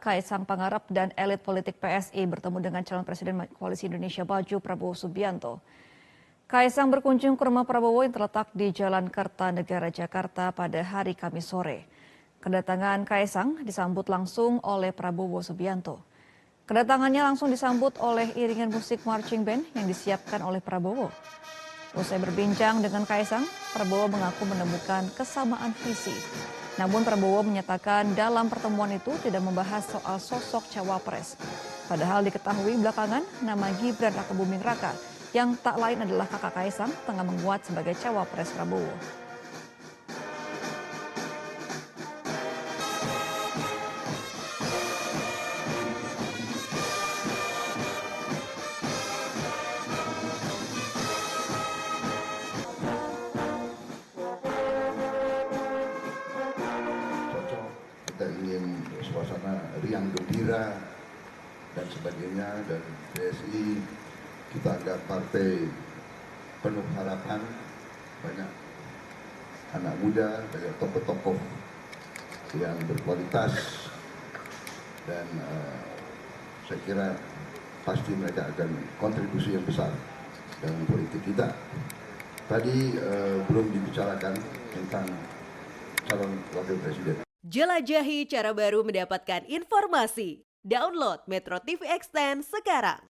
Kaisang Pangarep dan elit politik PSI bertemu dengan calon presiden Koalisi Indonesia Maju Prabowo Subianto. Kaisang berkunjung ke rumah Prabowo yang terletak di Jalan Kertanegara, Jakarta pada hari Kamis sore. Kedatangan Kaisang disambut langsung oleh Prabowo Subianto. Kedatangannya langsung disambut oleh iringan musik marching band yang disiapkan oleh Prabowo. Usai berbincang dengan Kaisang, Prabowo mengaku menemukan kesamaan visi. Namun Prabowo menyatakan dalam pertemuan itu tidak membahas soal sosok cawapres. Padahal diketahui belakangan nama Gibran Rakebuming Raka yang tak lain adalah kakak Kaisang tengah menguat sebagai cawapres Prabowo. Cocok, kita ingin suasana riang gembira dan sebagainya, dan PSI kita anggap partai penuh harapan, banyak anak muda, banyak tokoh-tokoh yang berkualitas, dan saya kira pasti mereka akan kontribusi yang besar dalam politik kita. Tadi belum dibicarakan tentang calon wakil presiden. Jelajahi cara baru mendapatkan informasi. Download Metro TV Extend sekarang.